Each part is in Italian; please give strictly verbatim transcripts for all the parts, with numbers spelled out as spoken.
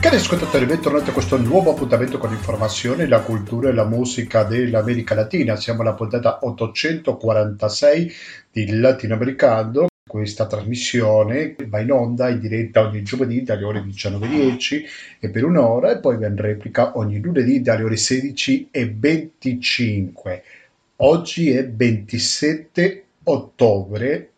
Cari ascoltatori, bentornati a questo nuovo appuntamento con l'informazione, la cultura e la musica dell'America Latina. Siamo alla puntata ottocentoquarantasei di Latinoamericano. Questa trasmissione va in onda in diretta ogni giovedì dalle ore diciannove e dieci e per un'ora, e poi va in replica ogni lunedì dalle ore sedici e venticinque. Oggi è ventisette ottobre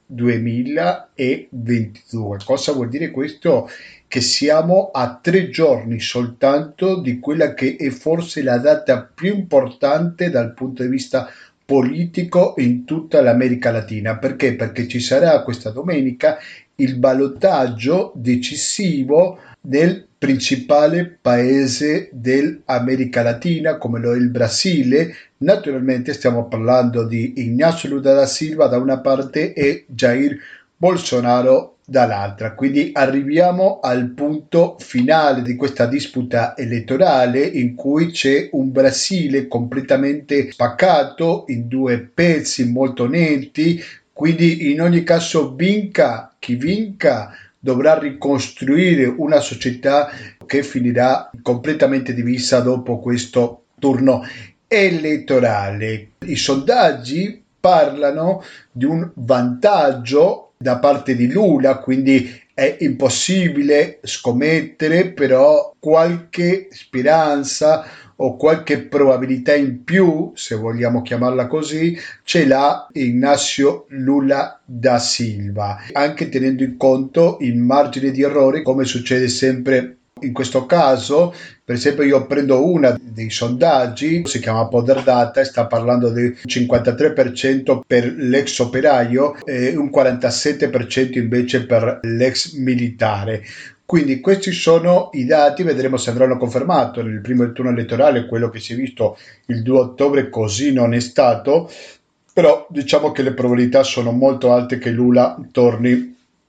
duemilaventidue. Cosa vuol dire questo? Che siamo a tre giorni soltanto di quella che è forse la data più importante dal punto di vista politico in tutta l'America Latina. Perché? Perché ci sarà questa domenica il ballottaggio decisivo nel principale paese dell'America Latina, come lo è il Brasile. Naturalmente stiamo parlando di Ignacio Lula da Silva da una parte e Jair Bolsonaro dall'altra. Quindi arriviamo al punto finale di questa disputa elettorale, in cui c'è un Brasile completamente spaccato in due pezzi molto netti. Quindi in ogni caso, vinca chi vinca, dovrà ricostruire una società che finirà completamente divisa dopo questo turno elettorale. I sondaggi parlano di un vantaggio da parte di Lula, quindi è impossibile scommettere, però qualche speranza o qualche probabilità in più, se vogliamo chiamarla così, ce l'ha Ignacio Lula da Silva, anche tenendo in conto il margine di errore, come succede sempre in questo caso. Per esempio, io prendo una dei sondaggi, si chiama Poderdata, e sta parlando del cinquantatré per cento per l'ex operaio e un quarantasette per cento invece per l'ex militare. Quindi questi sono i dati, vedremo se andranno confermati nel primo turno elettorale. Quello che si è visto il due ottobre così non è stato, però diciamo che le probabilità sono molto alte che Lula torni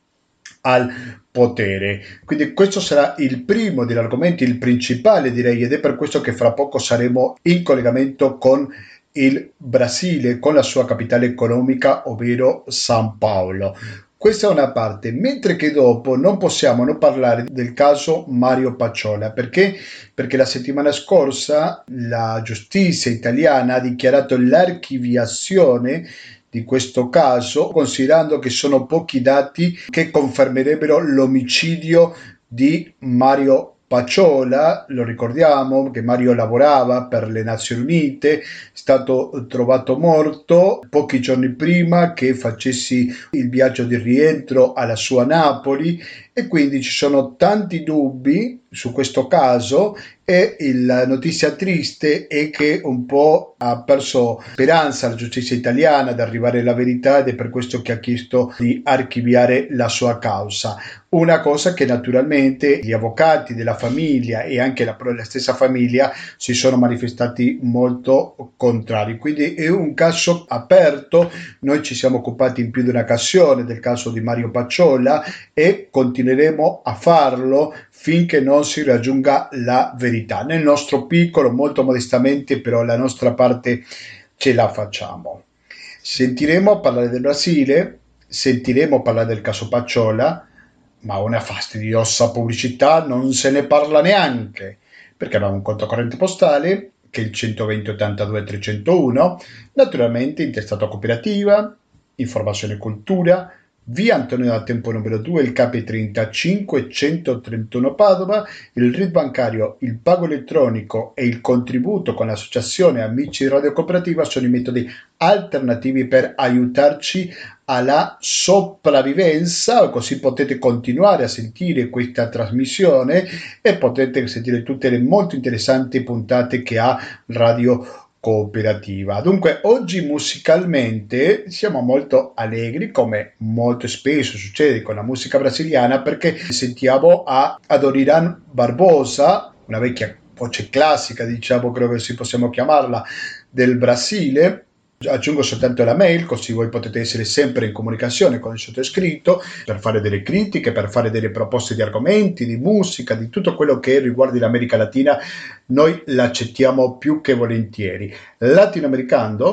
al potere. Quindi questo sarà il primo degli argomenti, il principale direi, ed è per questo che fra poco saremo in collegamento con il Brasile, con la sua capitale economica, ovvero San Paolo. Questa è una parte, mentre che dopo non possiamo non parlare del caso Mario Pacciola. Perché? Perché la settimana scorsa la giustizia italiana ha dichiarato l'archiviazione di questo caso, considerando che sono pochi dati che confermerebbero l'omicidio di Mario Pacciola. Lo ricordiamo che Mario lavorava per le Nazioni Unite, è stato trovato morto pochi giorni prima che facessi il viaggio di rientro alla sua Napoli, e quindi ci sono tanti dubbi su questo caso. E la notizia triste è che un po' ha perso speranza la giustizia italiana ad arrivare alla verità, ed è per questo che ha chiesto di archiviare la sua causa. Una cosa che naturalmente gli avvocati della famiglia e anche la, la stessa famiglia si sono manifestati molto contrari. Quindi è un caso aperto. Noi ci siamo occupati in più di un'occasione del caso di Mario Pacciola e continueremo a farlo finché non si raggiunga la verità. Nel nostro piccolo, molto modestamente, però la nostra parte ce la facciamo. Sentiremo parlare del Brasile, sentiremo parlare del caso Pacciola, ma una fastidiosa pubblicità non se ne parla neanche, perché abbiamo un conto corrente postale che è il centoventi ottantadue trecentouno, naturalmente intestato a Cooperativa, Informazione e Cultura, via Antonio da Tempo numero due, il K trentacinque centotrentuno Padova. Il R I D bancario, il pago elettronico e il contributo con l'associazione Amici Radio Cooperativa sono i metodi alternativi per aiutarci alla sopravvivenza, così potete continuare a sentire questa trasmissione e potete sentire tutte le molto interessanti puntate che ha Radio Cooperativa. Dunque, oggi musicalmente siamo molto allegri, come molto spesso succede con la musica brasiliana, perché sentiamo a Adoniran Barbosa, una vecchia voce classica, diciamo, credo che si possiamo chiamarla, del Brasile. Aggiungo soltanto la mail, così voi potete essere sempre in comunicazione con il sottoscritto per fare delle critiche, per fare delle proposte di argomenti, di musica, di tutto quello che riguardi l'America Latina. Noi l'accettiamo più che volentieri. Latinoamericano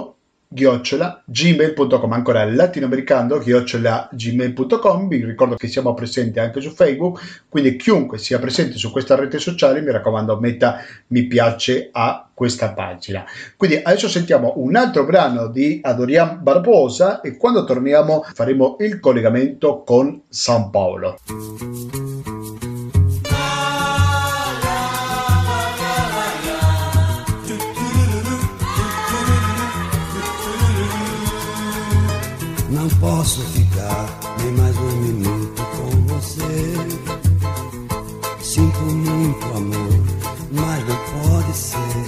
chiocciola gmail punto com, ancora latinoamericano chiocciola gmail punto com. Vi ricordo che siamo presenti anche su Facebook, quindi chiunque sia presente su questa rete sociale, mi raccomando, metta mi piace a questa pagina. Quindi adesso sentiamo un altro brano di Adorian Barbosa e quando torniamo faremo il collegamento con San Paolo. Não posso ficar nem mais um minuto com você. Sinto muito amor, mas não pode ser.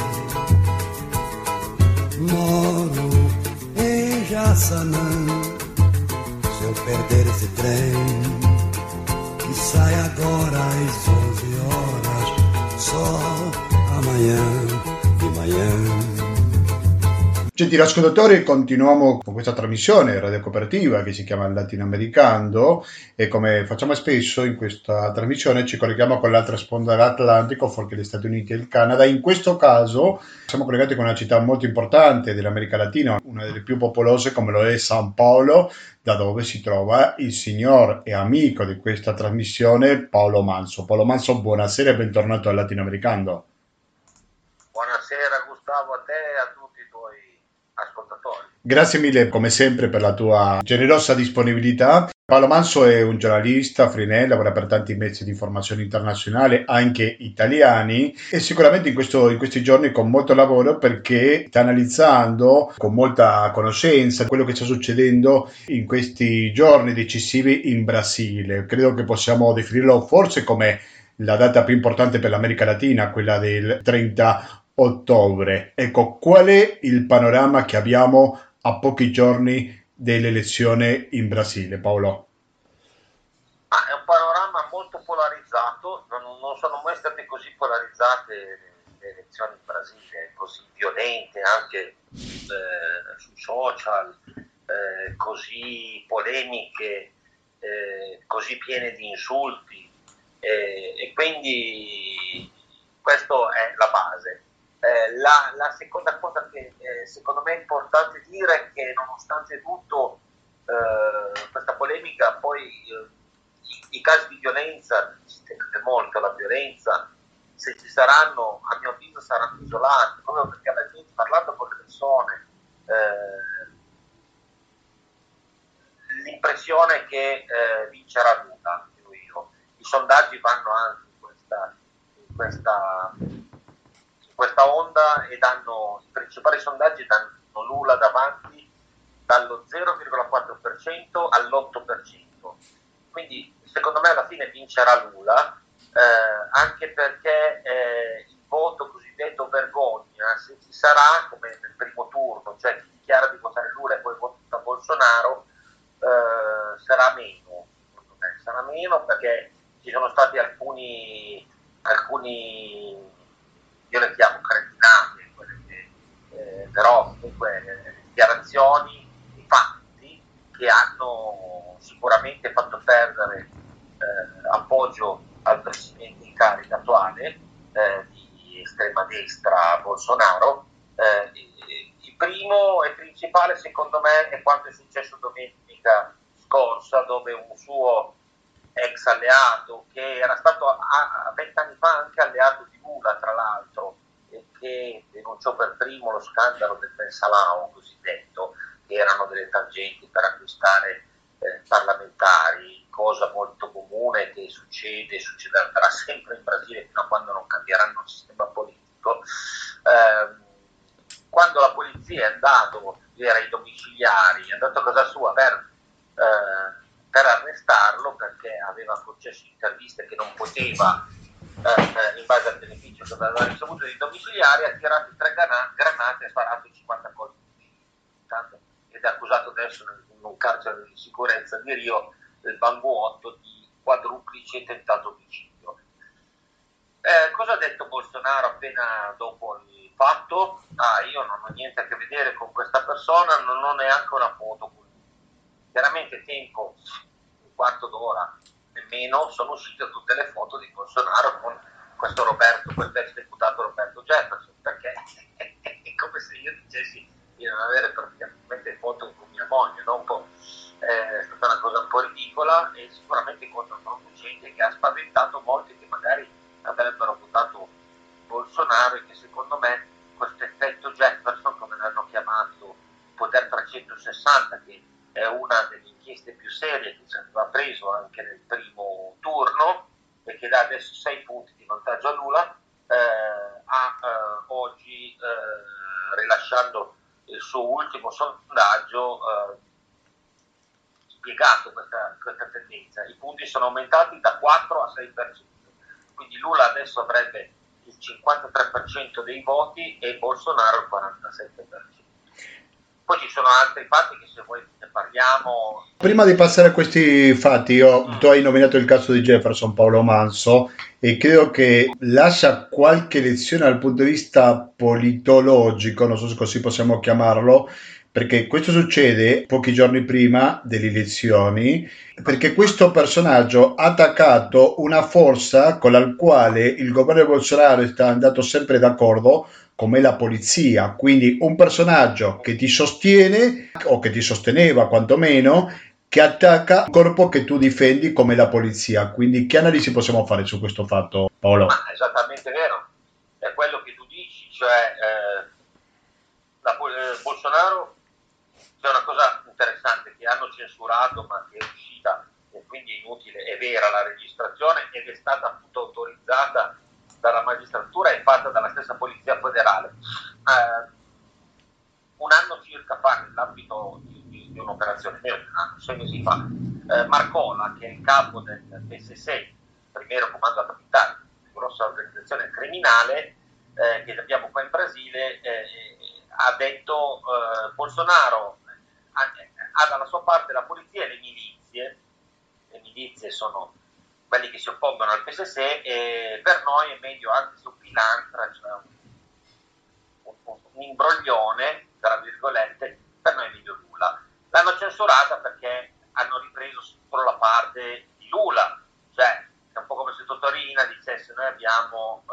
Moro em Jaçanã. Se eu perder esse trem que sai agora às onze horas, só amanhã de manhã. Gentili ascoltatori, continuiamo con questa trasmissione radio cooperativa che si chiama Latinoamericano e come facciamo spesso in questa trasmissione ci colleghiamo con l'altra sponda dell'Atlantico, fuorché gli Stati Uniti e il Canada. In questo caso siamo collegati con una città molto importante dell'America Latina, una delle più popolose come lo è San Paolo, da dove si trova il signor e amico di questa trasmissione Paolo Manso. Paolo Manso, buonasera e bentornato al Latinoamericano. Buonasera Gustavo, a te e a tutti i tuoi ascoltatori. Grazie mille come sempre per la tua generosa disponibilità. Paolo Manso è un giornalista, freelance, lavora per tanti mezzi di informazione internazionale, anche italiani, e sicuramente in, questo, in questi giorni con molto lavoro perché sta analizzando con molta conoscenza quello che sta succedendo in questi giorni decisivi in Brasile. Credo che possiamo definirlo forse come la data più importante per l'America Latina, quella del trenta ottobre. Ecco, qual è il panorama che abbiamo a pochi giorni dell'elezione in Brasile, Paolo? Ah, è un panorama molto polarizzato, non, non sono mai state così polarizzate le elezioni in Brasile, così violente anche eh, sui social, eh, così polemiche, eh, così piene di insulti, eh, e quindi questa è la base. Eh, la, la seconda cosa che eh, secondo me è importante dire è che nonostante tutto eh, questa polemica poi eh, i, i casi di violenza, si tende molto alla violenza, se ci saranno a mio avviso saranno isolati, proprio perché la gente, parlando con le persone, eh, l'impressione che eh, vincerà Lula, dico io. I sondaggi vanno anche in questa, in questa questa onda e danno, i principali sondaggi danno Lula davanti dallo zero virgola quattro per cento all'otto per cento, quindi secondo me alla fine vincerà Lula, eh, anche perché eh, il voto cosiddetto vergogna, se ci sarà come nel primo turno, cioè chi dichiara di votare Lula e poi vota Bolsonaro, eh, sarà meno, secondo me, sarà meno perché ci sono stati alcuni alcuni io le chiamo cretinate, quelle che, eh, però comunque eh, dichiarazioni, i fatti che hanno sicuramente fatto perdere eh, appoggio al presidente in carica attuale eh, di estrema destra Bolsonaro. Eh, il primo e principale secondo me è quanto è successo domenica scorsa, dove un suo ex alleato che era stato a vent'anni fa anche alleato di Lula tra l'altro e che denunciò per primo lo scandalo del Mensalão cosiddetto, che erano delle tangenti per acquistare eh, parlamentari, cosa molto comune che succede e succederà sempre in Brasile fino a quando non cambieranno il sistema politico. Eh, quando la polizia è andato, era ai domiciliari, è andato a casa sua per eh, per arrestarlo perché aveva concesso interviste che non poteva eh, in base al beneficio che aveva ricevuto dei domiciliari, ha tirato tre granate e ha sparato cinquanta colpi ed è accusato adesso in un carcere di sicurezza di Rio del Banguotto di quadruplice tentato omicidio. Eh, cosa ha detto Bolsonaro appena dopo il fatto? Ah, io non ho niente a che vedere con questa persona, non ho neanche una foto con lui. Chiaramente tempo, un quarto d'ora nemmeno, sono uscite tutte le foto di Bolsonaro con questo Roberto, questo ex deputato Roberto Jefferson, perché è come se io dicessi di non avere praticamente foto con mia moglie, no? Un po', eh, è stata una cosa un po' ridicola e sicuramente controproducente, che ha spaventato molti che magari avrebbero votato Bolsonaro, e che secondo me questo effetto Jefferson, come l'hanno chiamato, poter trecentosessanta, che è una delle inchieste più serie che ci aveva preso anche nel primo turno e che dà adesso sei punti di vantaggio a Lula, eh, ha eh, oggi, eh, rilasciando il suo ultimo sondaggio, eh, spiegato questa, questa tendenza. I punti sono aumentati da quattro a sei per cento, quindi Lula adesso avrebbe il cinquantatré per cento dei voti e Bolsonaro il quarantasette per cento. Poi ci sono altri fatti che, se vuoi, ne parliamo. Prima di passare a questi fatti, io, tu hai nominato il caso di Jefferson, Paolo Manso, e credo che lascia qualche lezione dal punto di vista politologico, non so se così possiamo chiamarlo, perché questo succede pochi giorni prima delle elezioni, perché questo personaggio ha attaccato una forza con la quale il governo di Bolsonaro sta andato sempre d'accordo, come la polizia. Quindi un personaggio che ti sostiene, o che ti sosteneva quantomeno, che attacca un corpo che tu difendi come la polizia. Quindi che analisi possiamo fare su questo fatto, Paolo? Ma è esattamente vero, è quello che tu dici, cioè eh, la, eh, Bolsonaro, c'è una cosa interessante che hanno censurato ma che è uscita e quindi è inutile, è vera la registrazione ed è stata appunto autorizzata dalla magistratura e fatta dalla stessa Polizia Federale. Eh, un anno circa fa, nell'ambito di, di, di un'operazione, meno di un anno, sei mesi fa, eh, Marcola, che è il capo del P S sei, primeiro comando capitale, grossa organizzazione criminale eh, che abbiamo qua in Brasile, eh, ha detto eh, Bolsonaro ha, ha dalla sua parte la polizia e le milizie. Le milizie sono quelli che si oppongono al P S sei, e per noi è meglio anche su Pilantra, cioè un, un, un imbroglione, tra virgolette, per noi è meglio Lula. L'hanno censurata perché hanno ripreso solo la parte di Lula, cioè è un po' come se Totorina dicesse noi abbiamo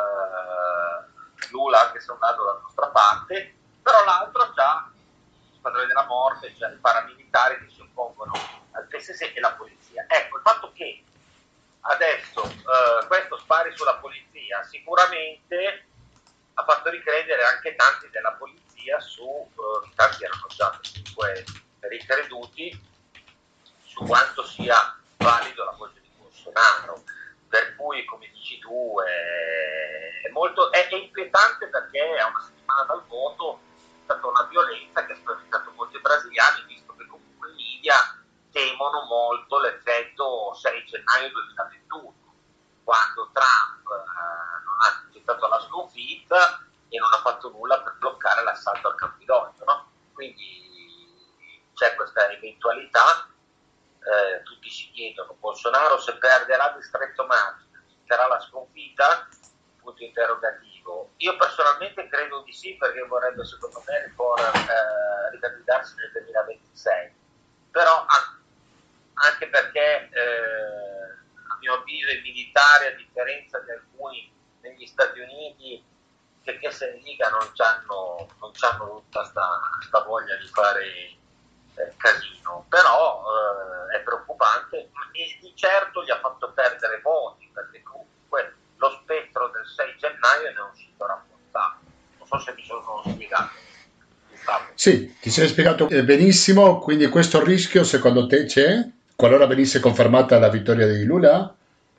eh, Lula anche se è un dato dalla nostra parte, però l'altro c'ha i squadroni della morte, cioè i paramilitari che si oppongono al P S sei e la polizia. Ecco, il fatto che adesso eh, questo spari sulla polizia sicuramente ha fatto ricredere anche tanti della polizia su, eh, tanti erano già comunque ricreduti su quanto sia valido la voce di Bolsonaro, per cui come dici tu è, molto, è, è inquietante, perché a una settimana dal voto è stata una violenza che ha spaventato molti brasiliani, visto che comunque in Libia temono molto l'effetto sei gennaio duemilaventuno, quando Trump eh, non ha accettato la sconfitta e non ha fatto nulla per bloccare l'assalto al Campidoglio, no? Quindi c'è questa eventualità, eh, tutti si chiedono, Bolsonaro se perderà di stretto margine, sarà la sconfitta? Punto interrogativo. Io personalmente credo di sì, perché vorrebbe secondo me ricorrere, eh, ricandidarsi nel duemilaventisei, però anche perché eh, a mio avviso i militari, a differenza di alcuni negli Stati Uniti, che, che se ne dica, non c'hanno, non c'hanno tutta sta, sta voglia di fare eh, casino, però eh, è preoccupante e di certo gli ha fatto perdere voti, perché comunque lo spettro del sei gennaio ne è uscito rafforzato. Non so se mi sono spiegato. Sì, ti sei spiegato benissimo, quindi questo rischio secondo te c'è? Qualora venisse confermata la vittoria di Lula?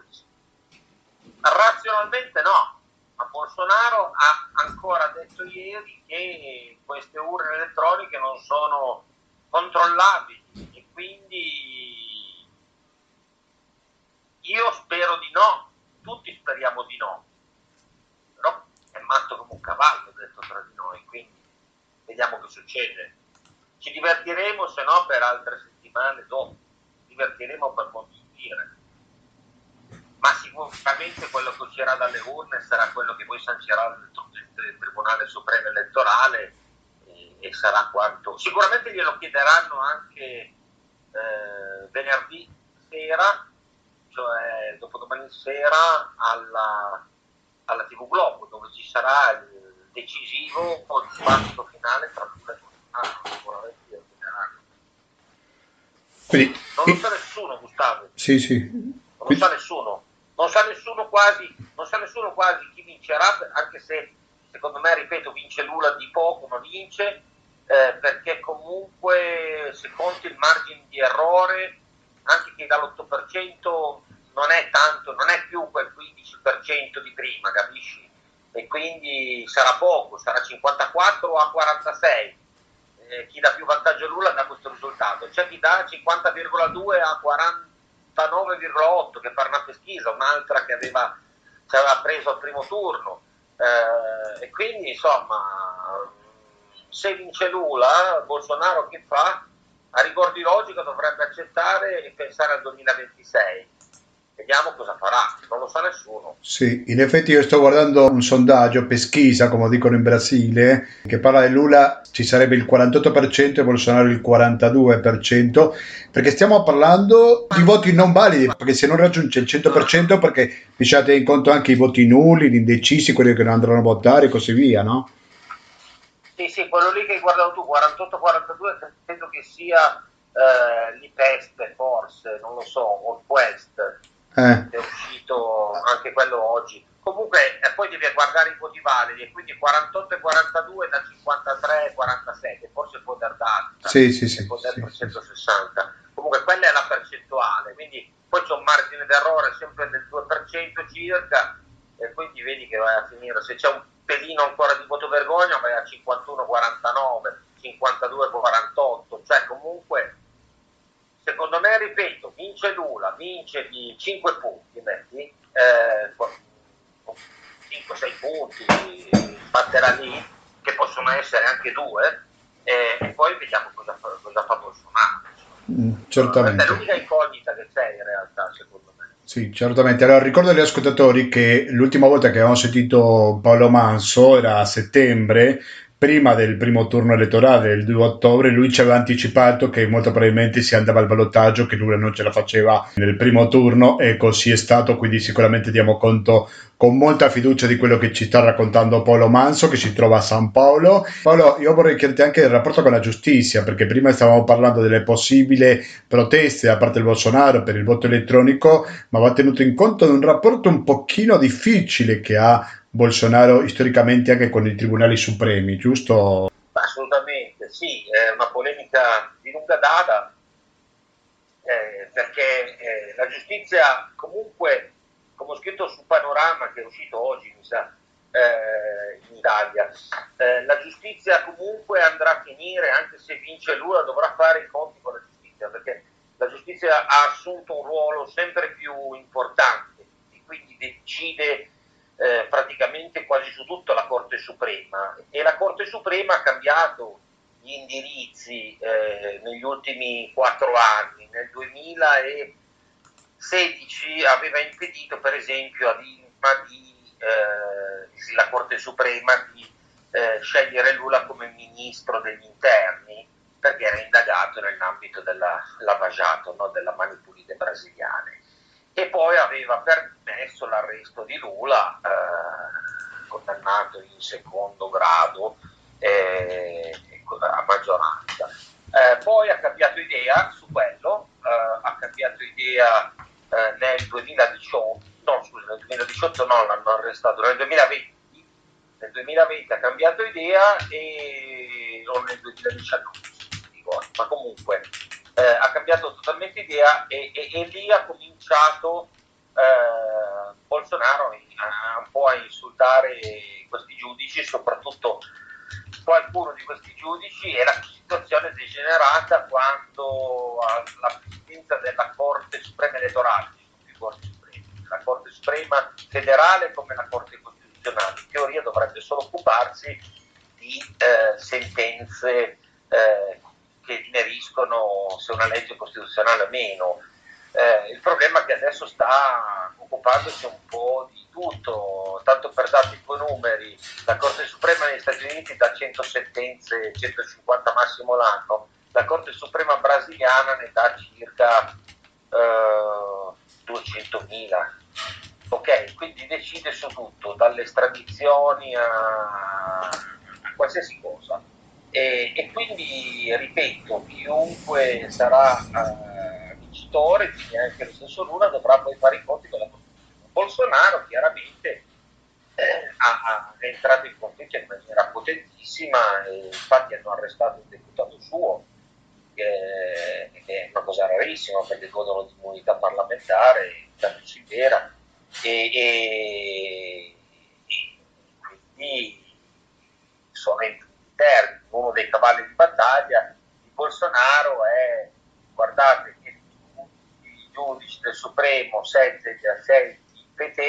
Razionalmente no, ma Bolsonaro ha ancora detto ieri che queste urne elettroniche non sono controllabili e quindi io spero di no, tutti speriamo di no, però è matto come un cavallo, detto tra di noi, quindi vediamo che succede. Ci divertiremo, se no, per altre settimane dopo, ci divertiremo per molto dire, ma sicuramente quello che uscirà dalle urne sarà quello che poi sancirà il, il Tribunale Supremo Elettorale e, e sarà quanto. Sicuramente glielo chiederanno anche eh, venerdì sera, cioè dopodomani sera alla, alla tivù Globo, dove ci sarà il decisivo o il dibattito finale tra Lula e Bolsonaro, sicuramente in generale. Quindi, Non lo sa nessuno, Gustavo. Sì, sì. Non lo Quindi... sa nessuno. Non sa nessuno quasi, non sa nessuno quasi chi vincerà, anche se secondo me, ripeto, vince Lula di poco, ma vince, eh, perché comunque se conti il margine di errore, anche che dall'otto per cento non è tanto, non è più quel quindici per cento di prima, capisci? E quindi sarà poco, sarà cinquantaquattro a quarantasei. Eh, chi dà più vantaggio a Lula dà questo risultato. C'è chi dà cinquanta virgola due a quarantanove virgola otto, che fa una pesquisa, un'altra che aveva, che aveva preso al primo turno. Eh, e quindi insomma, se vince Lula, Bolsonaro che fa? A rigor di logica dovrebbe accettare e pensare al duemilaventisei. Vediamo cosa farà, non lo sa nessuno. Sì, in effetti io sto guardando un sondaggio, pesquisa, come dicono in Brasile, che parla di Lula ci sarebbe il quarantotto per cento e Bolsonaro il quarantadue per cento, perché stiamo parlando di voti non validi, perché se non raggiunge il cento per cento, perché bisogna tenere in conto anche i voti nulli, gli indecisi, quelli che non andranno a votare e così via, no? Sì, sì, quello lì che hai guardato tu, quarantotto quarantadue, credo che sia eh, l'I P E S T forse, non lo so, o il Quest, Eh. è uscito anche quello oggi. Comunque eh, poi devi guardare i voti validi, e quindi quarantotto e quarantadue da cinquantatré e quarantasette, forse può dar data, Sì, sì, sì, può sì, dar trecentosessanta. sì. Comunque quella è la percentuale, quindi poi c'è un margine d'errore sempre del due per cento circa, e quindi vedi che vai a finire, se c'è un pelino ancora di voto vergogna vai a cinquantuno quarantanove, cinquantadue quarantotto, cioè comunque secondo me, ripeto, vince Lula, vince di cinque punti, metti, eh, cinque sei punti, batterà lì, che possono essere anche due, eh, e poi vediamo cosa fa, cosa fa Bolsonaro. Mm, certamente. Questa è l'unica incognita che c'è in realtà, secondo me. Sì, certamente. Allora, ricordo agli ascoltatori che l'ultima volta che avevamo sentito Paolo Manso era a settembre, prima del primo turno elettorale, il due ottobre. Lui ci aveva anticipato che molto probabilmente si andava al ballottaggio, che lui non ce la faceva nel primo turno, e così è stato. Quindi sicuramente diamo conto con molta fiducia di quello che ci sta raccontando Paolo Manso, che si trova a San Paolo. Paolo, io vorrei chiederti anche il rapporto con la giustizia, perché prima stavamo parlando delle possibili proteste da parte del Bolsonaro per il voto elettronico, ma va tenuto in conto di un rapporto un pochino difficile che ha Bolsonaro storicamente anche con i tribunali supremi, giusto? Assolutamente, sì, è una polemica di lunga data, eh, perché eh, la giustizia comunque, come ho scritto su Panorama, che è uscito oggi, mi sa, eh, in Italia, eh, la giustizia comunque andrà a finire, anche se vince Lula, dovrà fare i conti con la giustizia, perché la giustizia ha assunto un ruolo sempre più importante e quindi decide eh, praticamente quasi su tutto la Corte Suprema, e la Corte Suprema ha cambiato gli indirizzi eh, negli ultimi quattro anni. Nel duemilasedici aveva impedito per esempio ad Ilma di, eh, la Corte Suprema di eh, scegliere Lula come ministro degli interni, perché era indagato nell'ambito della lavagiato, no, della mani pulite brasiliane, e poi aveva permesso l'arresto di Lula, eh, condannato in secondo grado eh, a maggioranza. Eh, poi ha cambiato idea su quello, eh, ha cambiato idea eh, nel duemiladiciotto, no scusa, nel duemiladiciotto no, l'hanno arrestato, nel duemilaventi, nel duemilaventi ha cambiato idea, e o nel duemiladiciannove, ma comunque eh, ha cambiato totalmente idea, e, e, e lì ha cominciato eh, Bolsonaro a, un po' a insultare questi giudici, soprattutto qualcuno di questi giudici, e la situazione è degenerata quando la presidenza della Corte Suprema elettorale, Corte Suprema, la Corte Suprema federale come la Corte Costituzionale, in teoria dovrebbe solo occuparsi di eh, sentenze eh, che ineriscono se una legge è costituzionale o meno. Eh, il problema è che adesso sta occupandosi un po' di tutto, tanto per darti due numeri: la Corte Suprema negli Stati Uniti dà cento sentenze, centocinquanta massimo l'anno, la Corte Suprema brasiliana ne dà circa eh, duecentomila, ok? Quindi decide su tutto, dalle estradizioni a, a qualsiasi cosa. E, e quindi, ripeto, chiunque sarà uh, vincitore, quindi anche lo stesso Lula, dovrà poi fare i conti con la Costituzione. Bolsonaro chiaramente eh, ha, ha, è entrato in conflitto in maniera potentissima, e infatti hanno arrestato un deputato suo, che è una cosa rarissima perché godono di immunità parlamentare, tanto si vera, e, e, e quindi sono in termini. Uno dei cavalli di battaglia di Bolsonaro è, guardate che i giudici del Supremo, sette di assetti P T,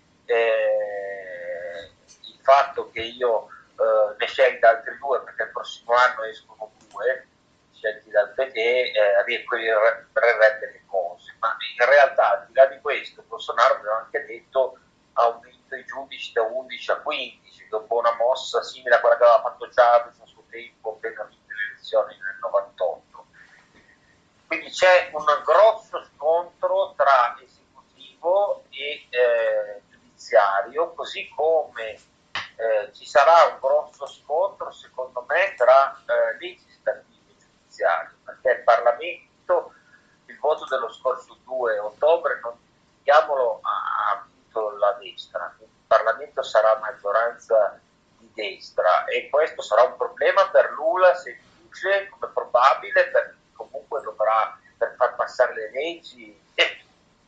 eh, il fatto che io eh, ne scelga altri due, perché il prossimo anno escono due scelti dal P T, eh, riequilibrerebbe le cose. Ma in realtà, al di là di questo, Bolsonaro aveva anche detto ha aumentato i giudici da undici a quindici, dopo una mossa simile a quella che aveva fatto Chavez a suo tempo appena vinte le elezioni nel novantotto. Quindi c'è un grosso scontro tra esecutivo e eh, giudiziario, così come eh, ci sarà un grosso scontro, secondo me, tra eh, legislativo e giudiziario, perché il Parlamento, il voto dello scorso due ottobre, non dimentichiamolo, ha vinto la destra, quindi il Parlamento sarà maggioranza di destra, e questo sarà un problema per Lula se vince, come probabile, perché comunque dovrà, per far passare le leggi, eh,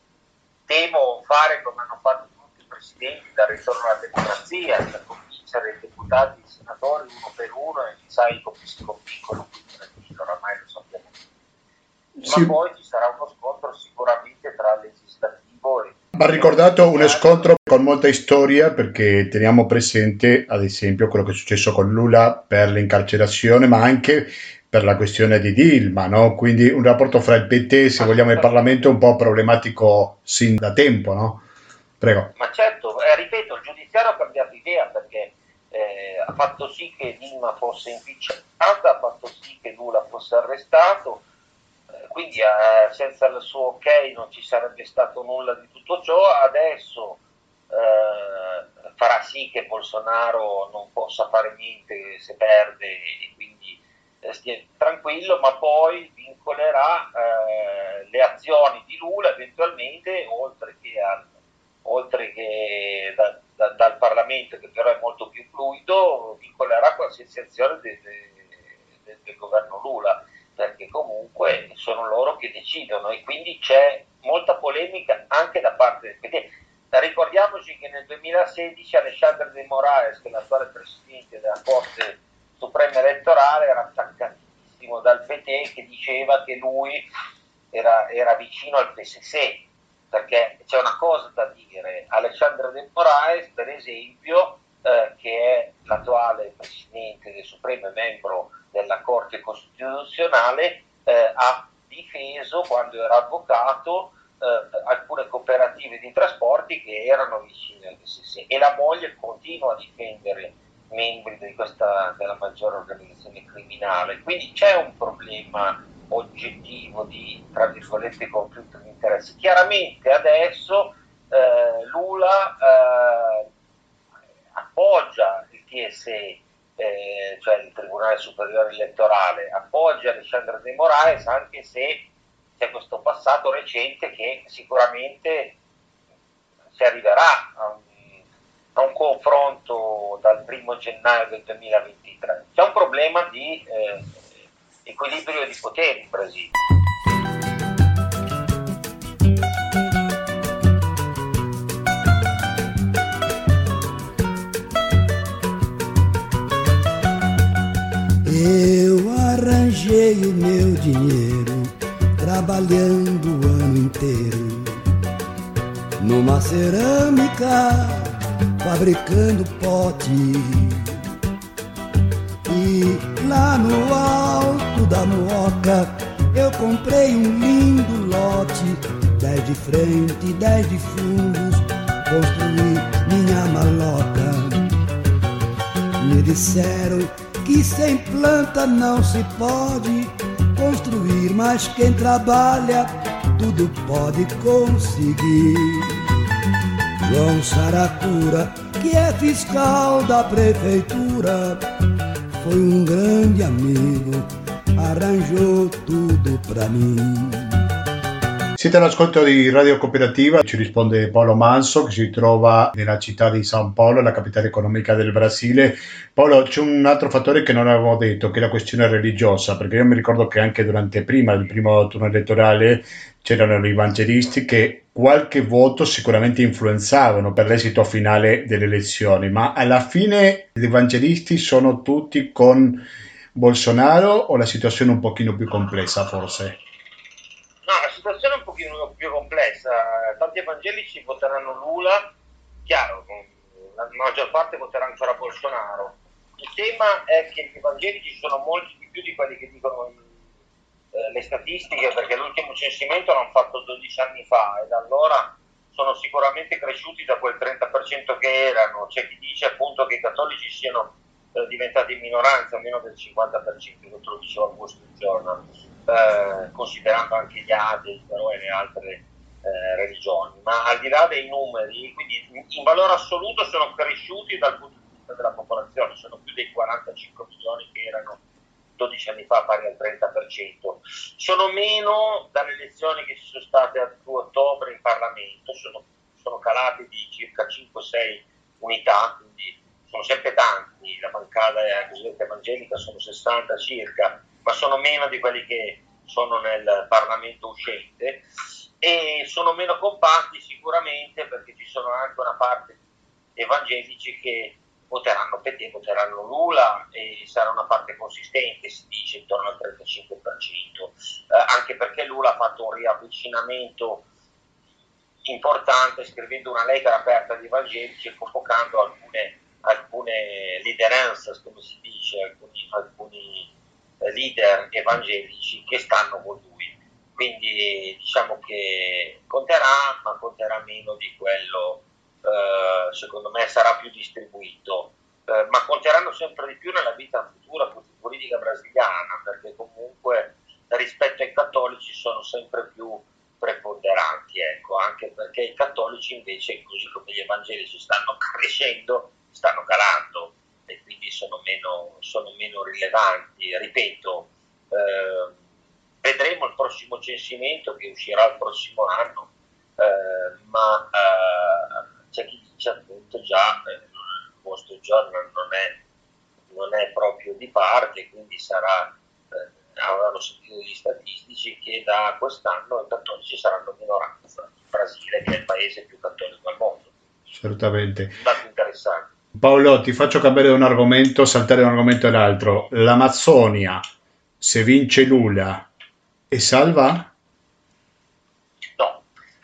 temo fare come hanno fatto tutti i presidenti dal ritorno alla democrazia, cioè convincere i deputati e i senatori uno per uno, e sai come si convincono, quindi oramai lo sappiamo. Sì. Ma poi ci sarà uno scontro sicuramente tra legislativo e... Va ricordato uno scontro con molta storia, perché teniamo presente ad esempio quello che è successo con Lula per l'incarcerazione, ma anche per la questione di Dilma, no? Quindi un rapporto fra il P T, se vogliamo, e il Parlamento un po' problematico sin da tempo, no? Prego. Ma certo, eh, ripeto, il giudiziario ha cambiato idea, perché eh, ha fatto sì che Dilma fosse impeachata, ha fatto sì che Lula fosse arrestato, eh, quindi eh, senza il suo ok non ci sarebbe stato nulla di tutto ciò. Adesso eh, farà sì che Bolsonaro non possa fare niente se perde, e quindi eh, stia tranquillo, ma poi vincolerà eh, le azioni di Lula eventualmente, oltre che al oltre che da, da, dal Parlamento, che però è molto più fluido, vincolerà qualsiasi azione de, de, de, del governo Lula, perché comunque sono loro che decidono, e quindi c'è molta polemica anche da parte del P D. Ricordiamoci che nel duemilasedici Alexandre de Moraes, che è l'attuale presidente della Corte Suprema Elettorale, era attaccatissimo dal P D, che diceva che lui era, era vicino al P S S, perché c'è una cosa da dire. Alexandre de Moraes, per esempio, eh, che è l'attuale presidente del Supremo e membro della Corte Costituzionale, eh, ha difeso, quando era avvocato, eh, alcune cooperative di trasporti che erano vicine al P S S, e la moglie continua a difendere membri di questa, della maggiore organizzazione criminale. Quindi c'è un problema oggettivo di, tra virgolette, conflitto di interessi. Chiaramente adesso eh, Lula eh, appoggia il T S E, eh, cioè il Tribunale Superiore Elettorale, appoggia Alexandre de Moraes, anche se c'è questo passato recente che sicuramente si arriverà a un, a un confronto dal primo gennaio del duemilaventitré. C'è un problema di eh, equilibrio di poteri in Brasile. Eu arranjei o meu dinheiro trabalhando o ano inteiro numa cerâmica, fabricando pote. E lá no alto da Moca eu comprei um lindo lote, dez de frente, dez de fundos, construí minha maloca. Me disseram que sem planta não se pode construir, mas quem trabalha tudo pode conseguir. João Saracura, que é fiscal da prefeitura, foi um grande amigo, arranjou tudo pra mim. Siete all'ascolto di Radio Cooperativa, ci risponde Paolo Manso che si trova nella città di São Paulo, la capitale economica del Brasile. Paolo, c'è un altro fattore che non avevo detto, che è la questione religiosa, perché io mi ricordo che anche durante prima il primo turno elettorale c'erano gli evangelisti che qualche voto sicuramente influenzavano per l'esito finale delle elezioni, ma alla fine gli evangelisti sono tutti con Bolsonaro o la situazione è un pochino più complessa forse? No, la situazione è un pochino più complessa. Tanti evangelici voteranno Lula, chiaro, la maggior parte voterà ancora Bolsonaro. Il tema è che gli evangelici sono molti di più di quelli che dicono eh, le statistiche, perché l'ultimo censimento l'hanno fatto dodici anni fa e da allora sono sicuramente cresciuti da quel trenta per cento che erano. C'è chi dice appunto che i cattolici siano eh, diventati in minoranza, meno del cinquanta per cento, questo lo diceva Wall Street Journal. Eh, considerando anche gli atei però e le altre eh, religioni, ma al di là dei numeri, quindi in, in valore assoluto sono cresciuti dal punto di vista della popolazione, sono più dei quarantacinque milioni che erano dodici anni fa, pari al trenta per cento. Sono meno dalle elezioni che ci sono state a ottobre in Parlamento, sono, sono calati di circa cinque sei unità, quindi sono sempre tanti, la bancata cosiddetta evangelica sono sessanta circa, ma sono meno di quelli che sono nel Parlamento uscente e sono meno compatti sicuramente perché ci sono anche una parte evangelici che voteranno P D, voteranno Lula e sarà una parte consistente, si dice intorno al trentacinque per cento, eh, anche perché Lula ha fatto un riavvicinamento importante scrivendo una lettera aperta agli evangelici e convocando alcune, alcune lideranze, come si dice, alcuni, alcuni leader evangelici che stanno con lui, quindi diciamo che conterà, ma conterà meno di quello, eh, secondo me sarà più distribuito, eh, ma conteranno sempre di più nella vita futura politica brasiliana, perché comunque rispetto ai cattolici sono sempre più preponderanti, ecco, anche perché i cattolici invece, così come gli evangelici stanno crescendo, stanno calando e quindi sono meno, sono meno rilevanti. Ripeto, eh, vedremo il prossimo censimento che uscirà il prossimo anno, eh, ma eh, c'è chi dice appunto già, eh, il vostro giornal non è, non è proprio di parte, quindi sarà, eh, avranno sentito gli statistici che da quest'anno i cattolici saranno minoranza. Il Brasile, che è il paese più cattolico al mondo. Certamente. Un dato interessante. Paolo, ti faccio cambiare un argomento, saltare da un argomento all'altro. L'Amazzonia, se vince Lula, è salva? No.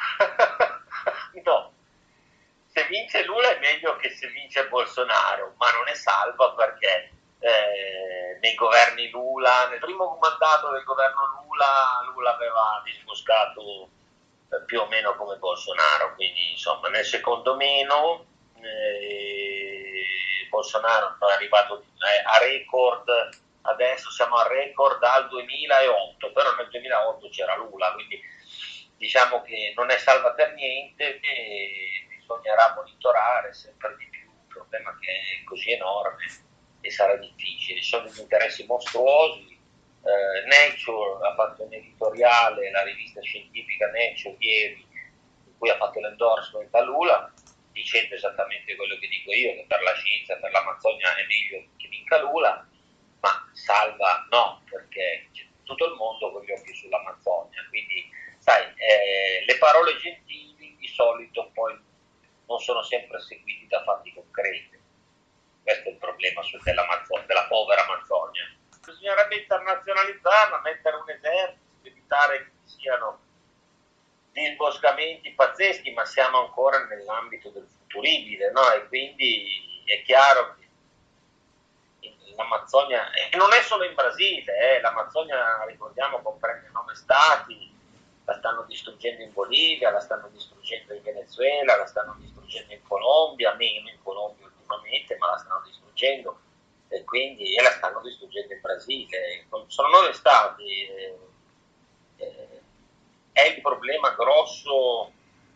No. Se vince Lula è meglio che se vince Bolsonaro, ma non è salva perché eh, nei governi Lula, nel primo mandato del governo Lula, Lula aveva disboscato eh, più o meno come Bolsonaro, quindi insomma nel secondo meno. Eh, Bolsonaro è arrivato a record, adesso siamo a record dal duemilaotto, però nel duemilaotto c'era Lula, quindi diciamo che non è salva per niente e bisognerà monitorare sempre di più, il problema è che è così enorme e sarà difficile, ci sono degli interessi mostruosi. eh, Nature ha fatto un editoriale, la rivista scientifica Nature ieri, in cui ha fatto l'endorsement a Lula, dicendo esattamente quello che dico io, che per la scienza, per l'Amazzonia è meglio che vinca Lula, ma salva no, perché c'è tutto il mondo con gli occhi sull'Amazzonia, quindi sai, eh, le parole gentili di solito poi non sono sempre seguiti da fatti concreti, questo è il problema della, della povera Amazzonia. Bisognerebbe internazionalizzarla, mettere un esercito, evitare che ci siano disboscamenti pazzeschi, ma siamo ancora nell'ambito del futuribile, no? E quindi è chiaro che l'Amazzonia, e non è solo in Brasile, eh, l'Amazzonia, ricordiamo, comprende nove stati, la stanno distruggendo in Bolivia, la stanno distruggendo in Venezuela, la stanno distruggendo in Colombia, meno in Colombia ultimamente, ma la stanno distruggendo, e quindi e la stanno distruggendo in Brasile. Sono nove stati. Eh, eh, È il problema grosso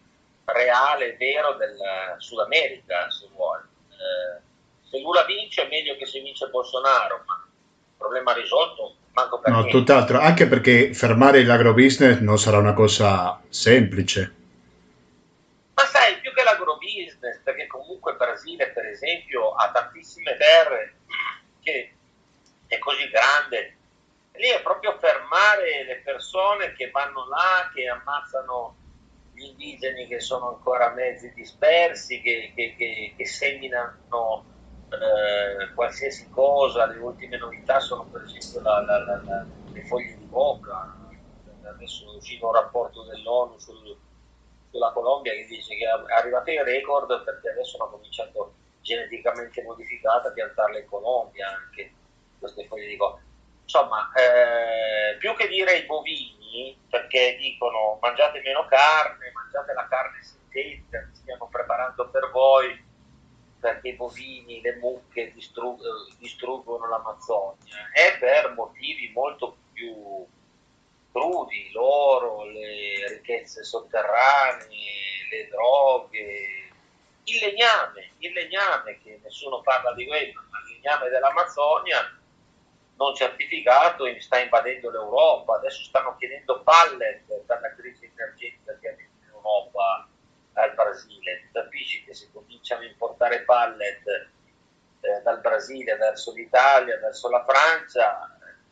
reale, vero del Sud America, se vuole. Eh, se Lula vince è meglio che se vince Bolsonaro, ma il problema risolto manco per No, niente. tutt'altro, anche perché fermare l'agrobusiness non sarà una cosa semplice. Ma sai, più che l'agrobusiness, perché comunque il Brasile, per esempio, ha tantissime terre, che è così grande, lì è proprio fermare le persone che vanno là, che ammazzano gli indigeni che sono ancora mezzi dispersi, che, che, che, che seminano eh, qualsiasi cosa. Le ultime novità sono per esempio la, la, la, la, le foglie di coca. Adesso è uscito un rapporto dell'ONU sul, sulla Colombia che dice che è arrivato ai record perché adesso hanno cominciato geneticamente modificata a piantarle in Colombia anche queste foglie di coca. Insomma, eh, più che dire ai bovini, perché dicono mangiate meno carne, mangiate la carne sintetica che stiamo preparando per voi, perché i bovini, le mucche distrugg- distruggono l'Amazzonia, è per motivi molto più crudi, l'oro, le ricchezze sotterranee, le droghe, il legname, il legname che nessuno parla di quello, ma il legname dell'Amazzonia non certificato sta invadendo l'Europa. Adesso stanno chiedendo pallet per la crisi energetica che abbiamo in Europa al Brasile. Capisci che se cominciano a importare pallet eh, dal Brasile verso l'Italia, verso la Francia,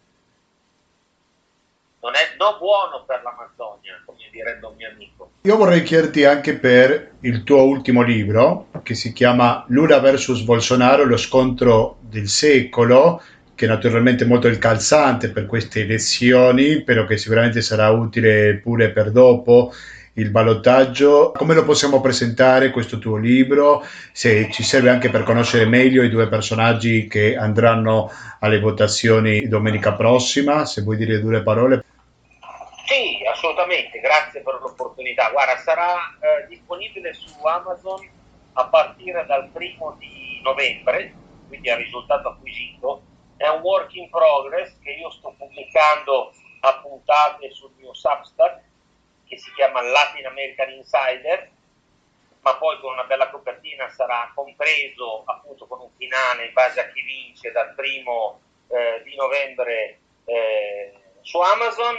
non è no buono per l'Amazzonia, come direbbe un mio amico. Io vorrei chiederti anche per il tuo ultimo libro, che si chiama Lula versus Bolsonaro, lo scontro del secolo, che naturalmente è molto calzante per queste elezioni, però che sicuramente sarà utile pure per dopo il ballottaggio. Come lo possiamo presentare questo tuo libro? Se ci serve anche per conoscere meglio i due personaggi che andranno alle votazioni domenica prossima, se vuoi dire due parole. Sì, assolutamente, grazie per l'opportunità. Guarda, sarà eh, disponibile su Amazon a partire dal primo di novembre, quindi a risultato acquisito. È un work in progress che io sto pubblicando a puntate sul mio Substack, che si chiama Latin American Insider, ma poi con una bella copertina sarà compreso appunto con un finale in base a chi vince dal primo eh, di novembre eh, su Amazon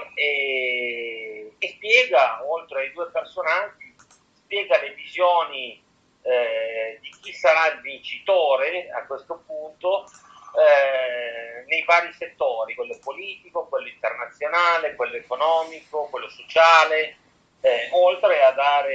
e, e spiega, oltre ai due personaggi, spiega le visioni eh, di chi sarà il vincitore a questo punto eh, nei vari settori, quello politico, quello internazionale, quello economico, quello sociale, eh, oltre a dare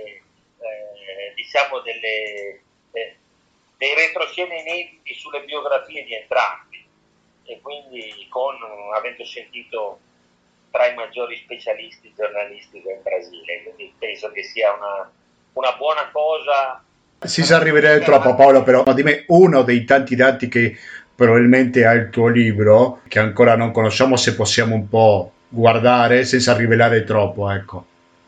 eh, diciamo delle, eh, dei retroscena inediti sulle biografie di entrambi. E quindi con, avendo sentito tra i maggiori specialisti giornalistici in Brasile, quindi penso che sia una, una buona cosa. Si sa arrivare troppo Paolo, però no, dimmi uno dei tanti dati che probabilmente ha il tuo libro, che ancora non conosciamo, se possiamo un po' guardare senza rivelare troppo, ecco.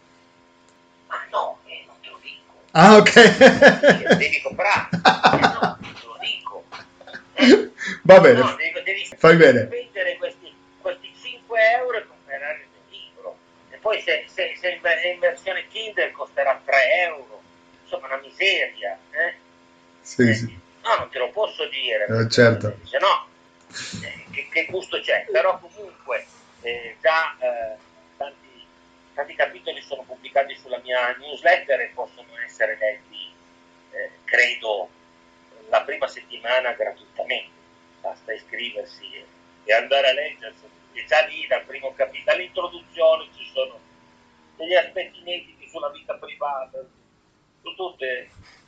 Ma no, eh, non te lo dico. Ah, ok. Eh, devi comprare. Eh, no, non te lo dico. Eh, Va bene, no, devi, devi fai bene. spendere questi, questi cinque euro e comprare il tuo libro. E poi se, se, se è in versione Kindle costerà tre euro. Insomma, una miseria. Eh? Sì, Eh, sì. No, non te lo posso dire. Eh, certo. Se no, eh, che, che gusto c'è? Però comunque eh, già eh, tanti, tanti capitoli sono pubblicati sulla mia newsletter e possono essere letti, eh, credo, la prima settimana gratuitamente. Basta iscriversi e, e andare a leggersi. E già lì, dal primo capitolo, all'introduzione ci sono degli aspetti inediti sulla vita privata, su tutte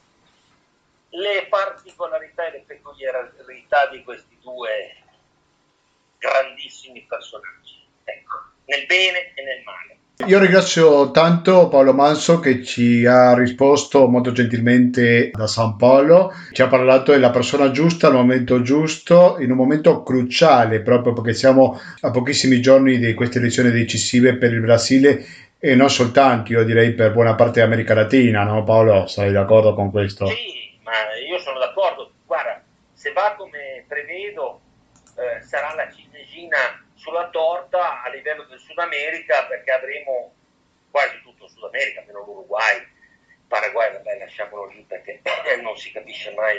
le particolarità e le peculiarità di questi due grandissimi personaggi, ecco, nel bene e nel male. Io ringrazio tanto Paolo Manso che ci ha risposto molto gentilmente da San Paolo, ci ha parlato della persona giusta al momento giusto, in un momento cruciale, proprio perché siamo a pochissimi giorni di queste elezioni decisive per il Brasile e non soltanto, io direi per buona parte dell'America Latina, no Paolo? Sei d'accordo con questo? Sì, ma io sono d'accordo. Guarda, se va come prevedo, eh, sarà la ciliegina sulla torta a livello del Sud America, perché avremo quasi tutto il Sud America, meno l'Uruguay, lasciamolo lì perché non si capisce mai.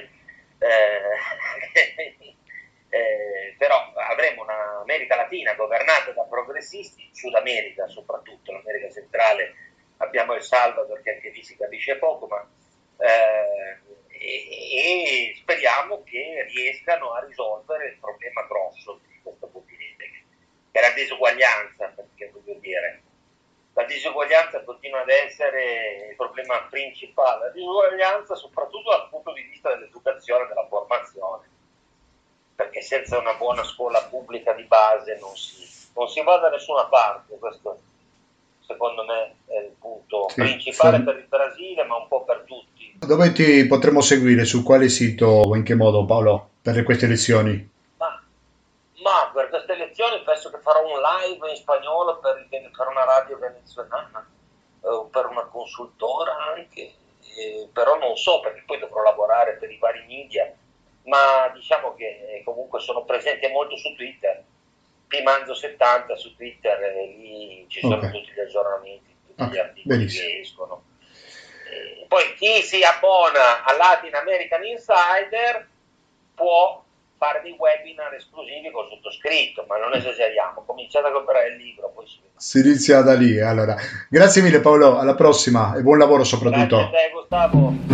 Eh, eh, però avremo un'America Latina governata da progressisti, Sud America soprattutto, l'America centrale abbiamo El Salvador che anche lì si capisce poco, ma eh, e, e speriamo che riescano a risolvere il problema grosso di questo continente, che è la disuguaglianza, perché voglio dire, la disuguaglianza continua ad essere il problema principale, la disuguaglianza soprattutto dal punto di vista dell'educazione e della formazione, perché senza una buona scuola pubblica di base non si, non si va da nessuna parte. Questo secondo me è il punto sì, principale for... per il Brasile, ma un po' per tutti. Dove ti potremo seguire? Su quale sito o in che modo, Paolo, per queste lezioni? Ma, ma per queste lezioni penso che farò un live in spagnolo per, per una radio venezuelana o per una consultora anche, eh, però non so, perché poi dovrò lavorare per i vari media, ma diciamo che comunque sono presente molto su Twitter. Pimanzo settanta su Twitter, e lì ci sono okay. tutti gli aggiornamenti, tutti okay. gli articoli Benissimo. Che escono. E poi chi si abbona a Latin American Insider può fare dei webinar esclusivi con sottoscritto, ma non esageriamo, cominciate a comprare il libro, poi si vede. Si inizia da lì, allora. Grazie mille Paolo, alla prossima e buon lavoro soprattutto. Grazie a te Gustavo.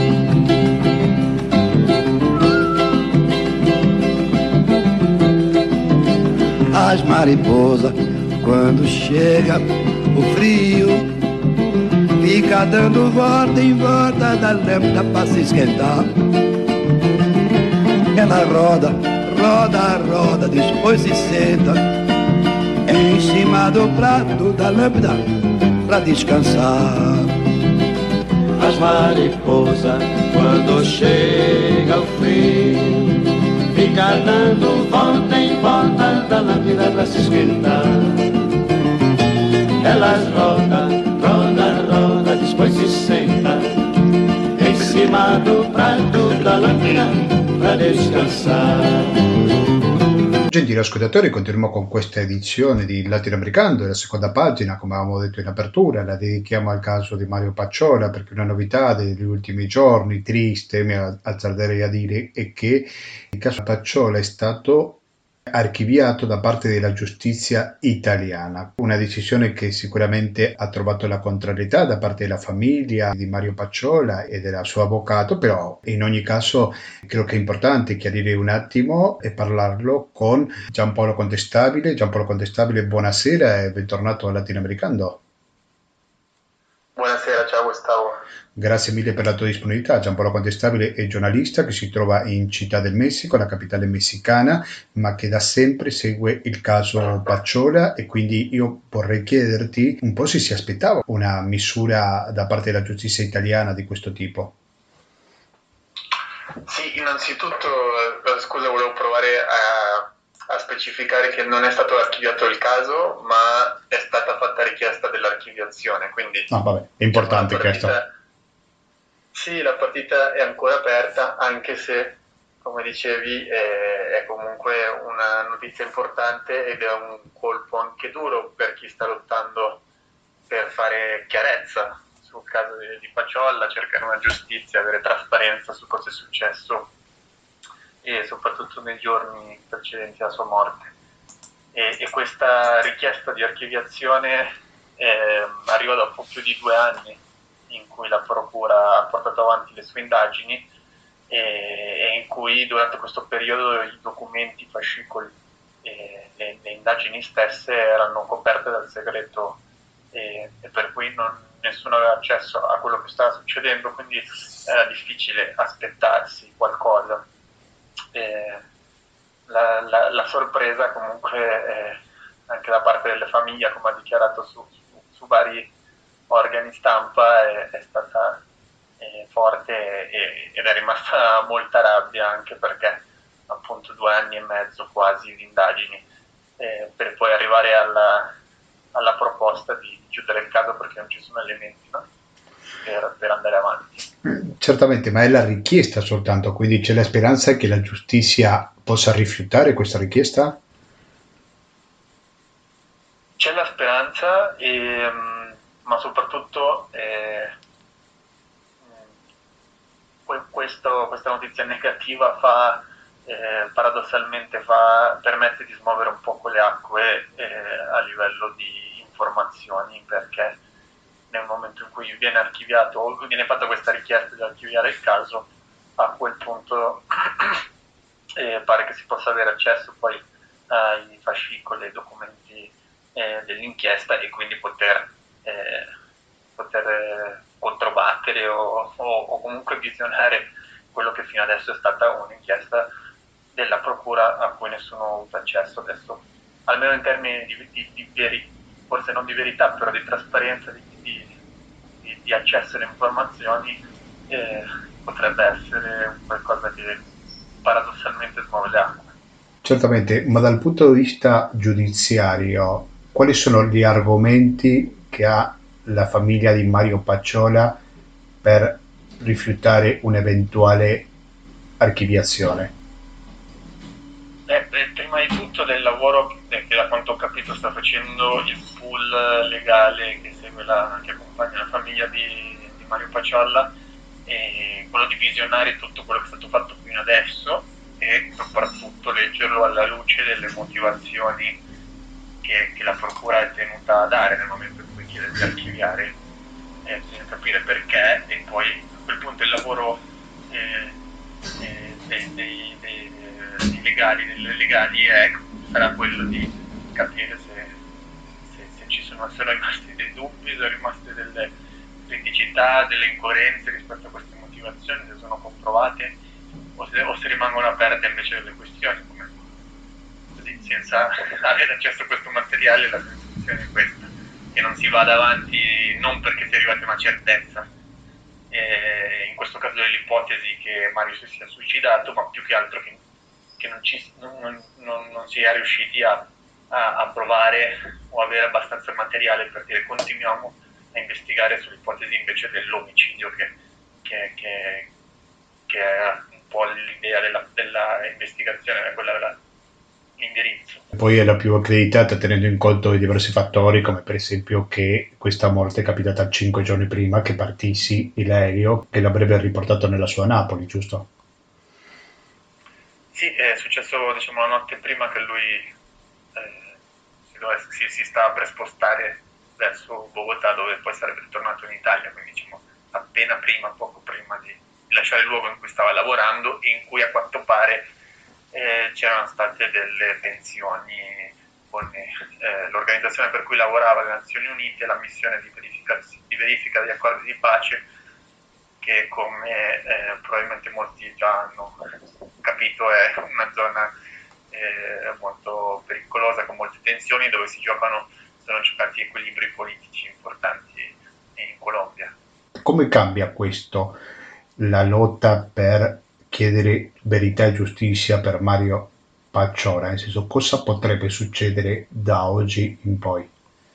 As mariposas, quando chega o frio, fica dando volta em volta da lâmpada para se esquentar. Ela roda, roda, roda, depois se senta em cima do prato da lâmpada para descansar. As mariposas, quando chega o frio, fica dando volta em volta da lâmpada pra se esquentar. Elas roda, roda, roda, depois se senta em cima do prato da lâmpada pra descansar. Gentili ascoltatori, continuiamo con questa edizione di Latinoamericano, la seconda pagina, come avevamo detto in apertura, la dedichiamo al caso di Mario Pacciola, perché una novità degli ultimi giorni, triste, mi azzarderei a dire, è che il caso Pacciola è stato archiviato da parte della giustizia italiana, una decisione che sicuramente ha trovato la contrarietà da parte della famiglia di Mario Pacciola e del suo avvocato, però in ogni caso credo che è importante chiarire un attimo e parlarlo con Giampaolo Contestabile. Giampaolo Contestabile, buonasera e bentornato a Latinoamericano. Buonasera, ciao Gustavo. Grazie mille per la tua disponibilità. Giampaolo Contestabile è giornalista che si trova in Città del Messico, la capitale messicana, ma che da sempre segue il caso Pacciola, e quindi io vorrei chiederti un po' se si aspettava una misura da parte della giustizia italiana di questo tipo. Sì, innanzitutto, scusa, volevo provare a, a specificare che non è stato archiviato il caso, ma è stata fatta richiesta dell'archiviazione. Quindi, ah, vabbè, è importante questo. Sì, la partita è ancora aperta, anche se, come dicevi, è, è comunque una notizia importante ed è un colpo anche duro per chi sta lottando per fare chiarezza sul caso di, di Pacciola, cercare una giustizia, avere trasparenza su cosa è successo e soprattutto nei giorni precedenti alla sua morte. E, e questa richiesta di archiviazione eh, arriva dopo più di due anni in cui la procura ha portato avanti le sue indagini e, e in cui durante questo periodo i documenti, i fascicoli e le, le indagini stesse erano coperte dal segreto e, e per cui non, nessuno aveva accesso a quello che stava succedendo, quindi era difficile aspettarsi qualcosa. E la, la, la sorpresa comunque eh, anche da parte delle famiglie, come ha dichiarato su, su, su vari organi stampa, è, è stata eh, forte e, ed è rimasta molta rabbia, anche perché appunto due anni e mezzo quasi di indagini eh, per poi arrivare alla, alla proposta di chiudere il caso perché non ci sono elementi, no? per, per andare avanti. Certamente, ma è la richiesta soltanto, quindi c'è la speranza che la giustizia possa rifiutare questa richiesta? C'è la speranza, e, ma soprattutto eh, questo, questa notizia negativa fa, eh, paradossalmente fa, permette di smuovere un po' quelle acque eh, a livello di informazioni, perché nel momento in cui viene archiviato o viene fatta questa richiesta di archiviare il caso, a quel punto eh, pare che si possa avere accesso poi ai fascicoli, ai documenti eh, dell'inchiesta, e quindi poter, eh, poter eh, controbattere o, o, o comunque visionare quello che fino adesso è stata un'inchiesta della procura a cui nessuno ha avuto accesso. Adesso, almeno in termini di, di, di veri, forse non di verità, però di trasparenza, di, di, di, di accesso alle informazioni, eh, potrebbe essere qualcosa che paradossalmente smuove le acque. Certamente, ma dal punto di vista giudiziario, quali sono gli argomenti che ha la famiglia di Mario Pacciola per rifiutare un'eventuale archiviazione? Eh, beh, prima di tutto del lavoro che, che da quanto ho capito sta facendo il pool legale che segue la, che accompagna la famiglia di, di Mario Pacciola, e quello di visionare tutto quello che è stato fatto fino adesso e soprattutto leggerlo alla luce delle motivazioni che, che la procura è tenuta a dare nel momento in cui chiede di archiviare, eh, bisogna capire perché, e poi a quel punto il lavoro eh, eh, dei, dei, dei, dei legali, delle legali è, sarà quello di capire se, se, se ci sono, sono rimasti dei dubbi, sono rimaste delle criticità, delle incoerenze rispetto a queste motivazioni, se sono comprovate o se, o se rimangono aperte invece delle questioni, come così, senza avere accesso a questo materiale. La sensazione è questa, che non si vada avanti non perché sia arrivata una certezza, eh, in questo caso dell'ipotesi che Mario si sia suicidato, ma più che altro che, che non, ci, non, non, non si è riusciti a, a, a provare o avere abbastanza materiale per dire continuiamo a investigare sull'ipotesi invece dell'omicidio, che, che, che, che è un po' l'idea della, della investigazione, quella dell'indirizzo. Poi è la più accreditata tenendo in conto i diversi fattori, come per esempio che questa morte è capitata cinque giorni prima che partisse l'aereo che l'avrebbe riportato nella sua Napoli, giusto? Sì, è successo diciamo la notte prima che lui eh, si, dovesse, si, si stava per spostare verso Bogotà, dove poi sarebbe ritornato in Italia, quindi diciamo appena prima, poco prima di lasciare il luogo in cui stava lavorando e in cui a quanto pare eh, c'erano state delle tensioni con eh, l'organizzazione per cui lavorava, le Nazioni Unite, la missione di verifica, di verifica degli accordi di pace, che come eh, probabilmente molti già hanno capito è una zona eh, molto pericolosa, con molte tensioni, dove si giocano, sono giocati equilibri politici importanti in Colombia. Come cambia questo la lotta per chiedere verità e giustizia per Mario Pacciola? Nel senso, cosa potrebbe succedere da oggi in poi?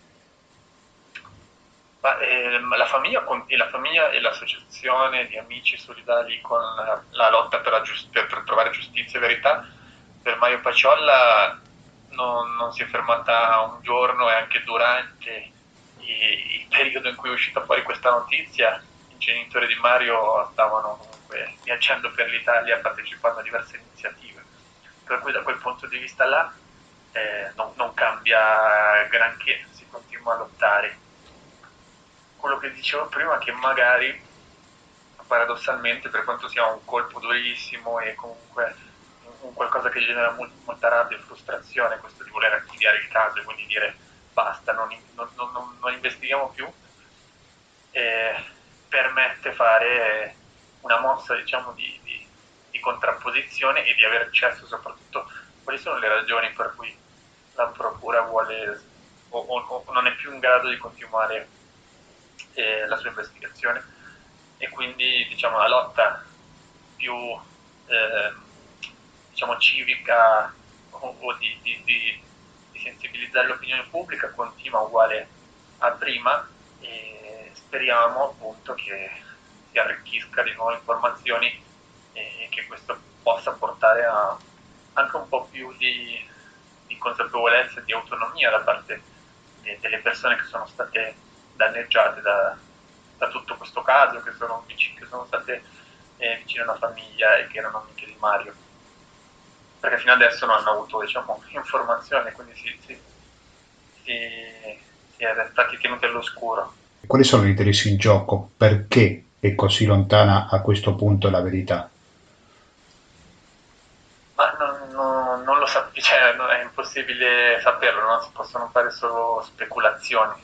Ma, eh, la, famiglia, la famiglia e l'associazione di amici solidali con la, la lotta per, la giust- per, per trovare giustizia e verità per Mario Pacciola non, non si è fermata un giorno, e anche durante il, il periodo in cui è uscita fuori questa notizia i genitori di Mario stavano comunque viaggiando per l'Italia, partecipando a diverse iniziative, per cui da quel punto di vista là eh, non, non cambia granché, si continua a lottare. Quello che dicevo prima, che magari paradossalmente, per quanto sia un colpo durissimo e comunque un qualcosa che genera molta, molta rabbia e frustrazione, questo di voler archiviare il caso e quindi dire basta, non, non, non, non investighiamo più, eh, permette fare una mossa diciamo di, di, di contrapposizione e di avere accesso soprattutto a quali sono le ragioni per cui la procura vuole o, o, o non è più in grado di continuare eh, la sua investigazione, e quindi diciamo la lotta più eh, diciamo civica o, o di, di, di, di sensibilizzare l'opinione pubblica continua uguale a prima, e speriamo appunto che si arricchisca di nuove informazioni e che questo possa portare a anche un po' più di, di consapevolezza e di autonomia da parte de, delle persone che sono state danneggiate da, da tutto questo caso, che sono, che sono state eh, vicino a una famiglia e che erano amiche di Mario, perché fino adesso non hanno avuto, diciamo, informazioni, quindi si, si, si, si è stati tenuti all'oscuro. Quali sono gli interessi in gioco? Perché è così lontana a questo punto la verità? Ma non, non, non lo sappiamo, cioè, è impossibile saperlo, no? Si possono fare solo speculazioni,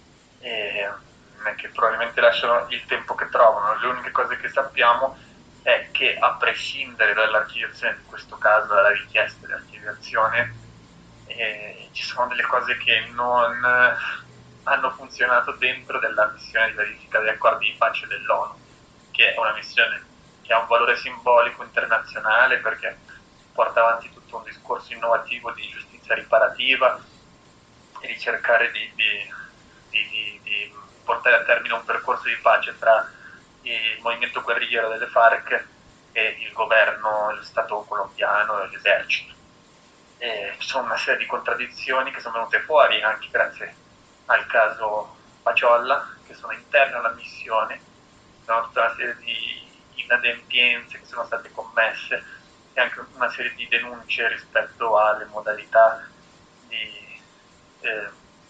e, che probabilmente lasciano il tempo che trovano. Le uniche cose che sappiamo è che, a prescindere dall'archiviazione di questo caso, dalla richiesta di archiviazione, eh, ci sono delle cose che non hanno funzionato dentro della missione di verifica degli accordi di pace dell'ONU, che è una missione che ha un valore simbolico internazionale perché porta avanti tutto un discorso innovativo di giustizia riparativa e di cercare di, di, di, di, di portare a termine un percorso di pace tra il movimento guerrigliero delle FARC e il governo, lo Stato colombiano e l'esercito. E ci sono una serie di contraddizioni che sono venute fuori anche grazie al caso Paciolla, che sono interne alla missione, sono tutta una serie di inadempienze che sono state commesse e anche una serie di denunce rispetto alle modalità di, eh,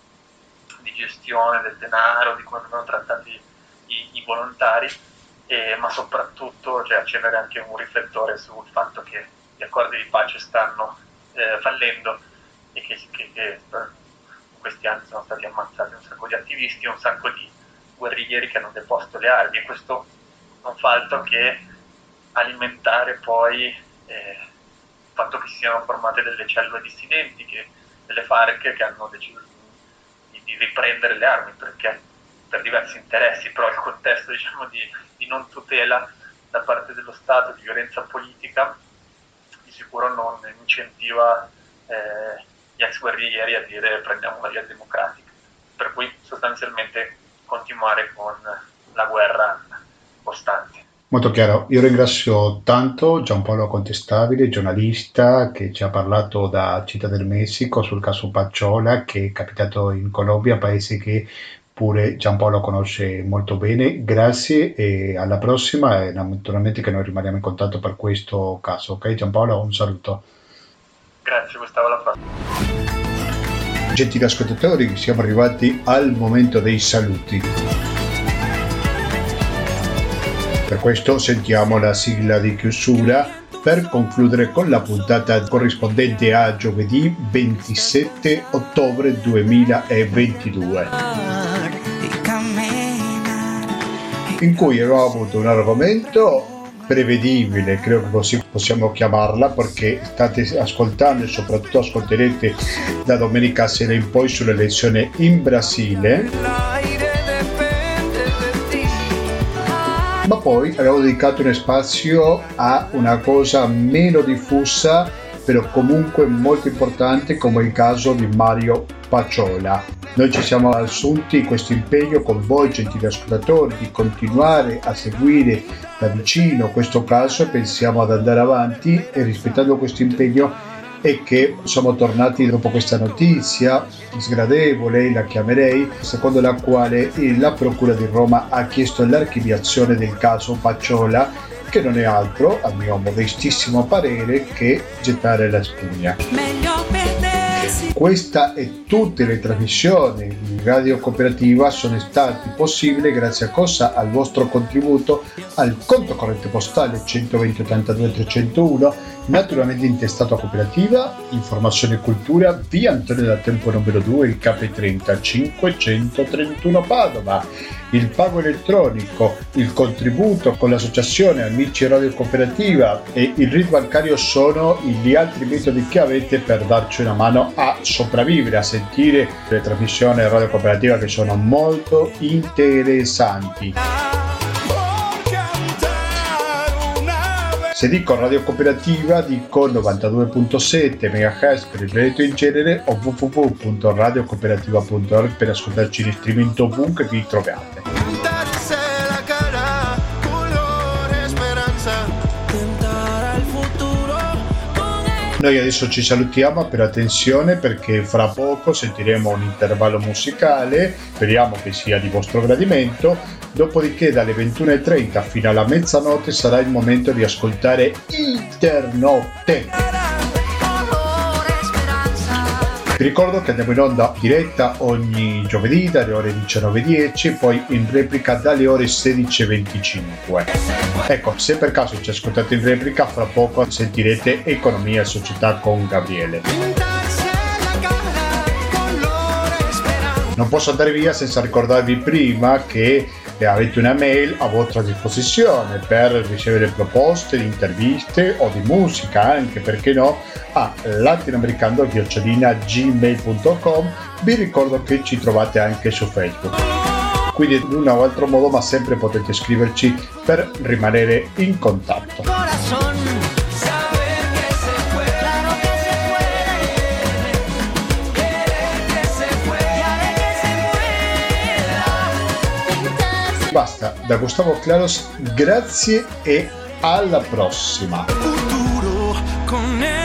di gestione del denaro, di come vengono trattati i, i volontari, eh, ma soprattutto, cioè, accendere anche un riflettore sul fatto che gli accordi di pace stanno eh, fallendo e che, che, che in questi anni sono stati ammazzati un sacco di attivisti e un sacco di guerriglieri che hanno deposto le armi, e questo non fa altro che alimentare poi eh, il fatto che si siano formate delle cellule dissidenti, che, delle FARC, che hanno deciso di, di riprendere le armi perché per diversi interessi, però il contesto, diciamo, di, di non tutela da parte dello Stato, di violenza politica, di sicuro non incentiva eh, gli ex guerriglieri a dire prendiamo una via democratica, per cui sostanzialmente continuare con la guerra costante. Molto chiaro, io ringrazio tanto Giampaolo Contestabile, giornalista che ci ha parlato da Città del Messico sul caso Paciolla, che è capitato in Colombia, paese che pure Giampaolo conosce molto bene. Grazie e alla prossima, e naturalmente che noi rimaniamo in contatto per questo caso. Ok Giampaolo, un saluto. Grazie Gustavo, alla prossima. Gentili ascoltatori, siamo arrivati al momento dei saluti. Per questo sentiamo la sigla di chiusura per concludere con la puntata corrispondente a giovedì ventisette ottobre duemilaventidue, in cui abbiamo avuto un argomento prevedibile, credo che così possiamo chiamarla, perché state ascoltando e soprattutto ascolterete da domenica sera in poi sull'elezione in Brasile. Ma poi abbiamo dedicato uno spazio a una cosa meno diffusa, però comunque molto importante, come il caso di Mario Paciolla. Noi ci siamo assunti questo impegno con voi, gentili ascoltatori, di continuare a seguire da vicino questo caso e pensiamo ad andare avanti, e rispettando questo impegno è che siamo tornati dopo questa notizia sgradevole, la chiamerei, secondo la quale la Procura di Roma ha chiesto l'archiviazione del caso Paciolla, che non è altro, a mio modestissimo parere, che gettare la spugna. Questa e tutte le trasmissioni di Radio Cooperativa sono state possibili grazie a cosa? Al vostro contributo al conto corrente postale centoventi ottantadue trecentouno, naturalmente intestato a Cooperativa Informazione e Cultura, via Antonio da Tempo numero due, il K trenta cinquecentotrentuno Padova. Il pago elettronico, il contributo con l'associazione Amici Radio Cooperativa e il R I T bancario sono gli altri metodi che avete per darci una mano a sopravvivere, a sentire le trasmissioni Radio Cooperativa, che sono molto interessanti. Se dico Radio Cooperativa dico novantadue virgola sette megahertz per il Veneto in genere, o w w w punto radio cooperativa punto org per ascoltarci in streaming ovunque vi troviate. Noi adesso ci salutiamo, per attenzione perché fra poco sentiremo un intervallo musicale, speriamo che sia di vostro gradimento, dopodiché dalle ventuno e trenta fino alla mezzanotte sarà il momento di ascoltare Internotte. Vi ricordo che andiamo in onda diretta ogni giovedì dalle ore diciannove e dieci, poi in replica dalle ore sedici e venticinque. Ecco, se per caso ci ascoltate in replica, fra poco sentirete Economia e Società con Gabriele. Non posso andare via senza ricordarvi prima che avete una mail a vostra disposizione per ricevere proposte di interviste o di musica, anche perché no, a latinoamericano chiocciola gmail punto com. Vi ricordo che ci trovate anche su Facebook, quindi in un o altro modo, ma sempre potete scriverci per rimanere in contatto. Basta, da Gustavo Claros, grazie e alla prossima. Futuro con